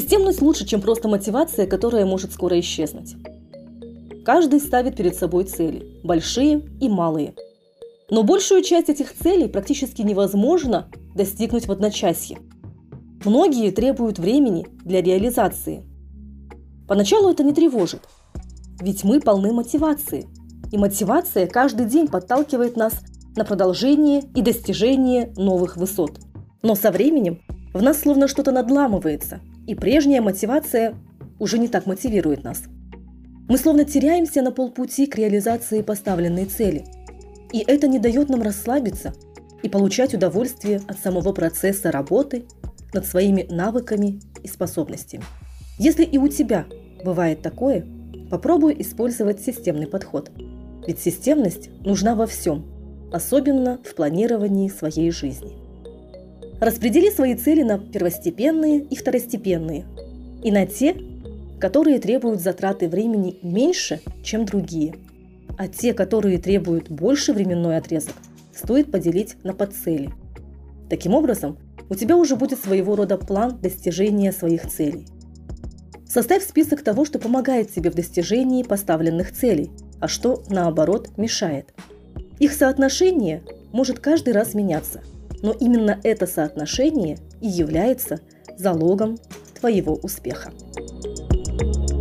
Системность лучше, чем просто мотивация, которая может скоро исчезнуть. Каждый ставит перед собой цели, большие и малые. Но большую часть этих целей практически невозможно достигнуть в одночасье. Многие требуют времени для реализации. Поначалу это не тревожит, ведь мы полны мотивации. И мотивация каждый день подталкивает нас на продолжение и достижение новых высот. Но со временем в нас словно что-то надламывается, и прежняя мотивация уже не так мотивирует нас. Мы словно теряемся на полпути к реализации поставленной цели. И это не дает нам расслабиться и получать удовольствие от самого процесса работы над своими навыками и способностями. Если и у тебя бывает такое, попробуй использовать системный подход. Ведь системность нужна во всем, особенно в планировании своей жизни. Распредели свои цели на первостепенные и второстепенные, и на те, которые требуют затраты времени меньше, чем другие. А те, которые требуют больше временной отрезок, стоит поделить на подцели. Таким образом, у тебя уже будет своего рода план достижения своих целей. Составь список того, что помогает тебе в достижении поставленных целей, а что, наоборот, мешает. Их соотношение может каждый раз меняться, но именно это соотношение и является залогом твоего успеха.